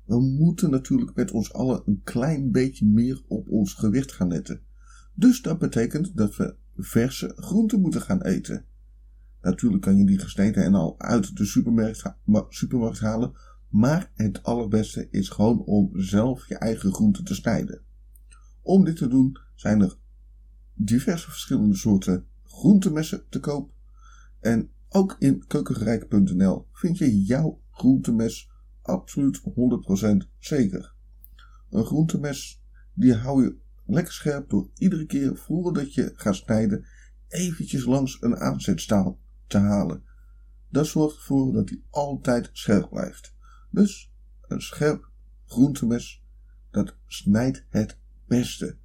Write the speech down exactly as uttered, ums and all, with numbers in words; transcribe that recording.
We moeten natuurlijk met ons allen een klein beetje meer op ons gewicht gaan letten. Dus dat betekent dat we verse groenten moeten gaan eten. Natuurlijk kan je die gesneden en al uit de supermarkt, supermarkt halen, maar het allerbeste is gewoon om zelf je eigen groenten te snijden. Om dit te doen zijn er diverse verschillende soorten groentemessen te koop. En ook in keukengerijk punt n l vind je jouw groentemes absoluut honderd procent zeker. Een groentemes die hou je lekker scherp door iedere keer voordat je gaat snijden eventjes langs een aanzetstaal te halen. Dat zorgt ervoor dat hij altijd scherp blijft. Dus een scherp groentemes, dat snijdt het beste.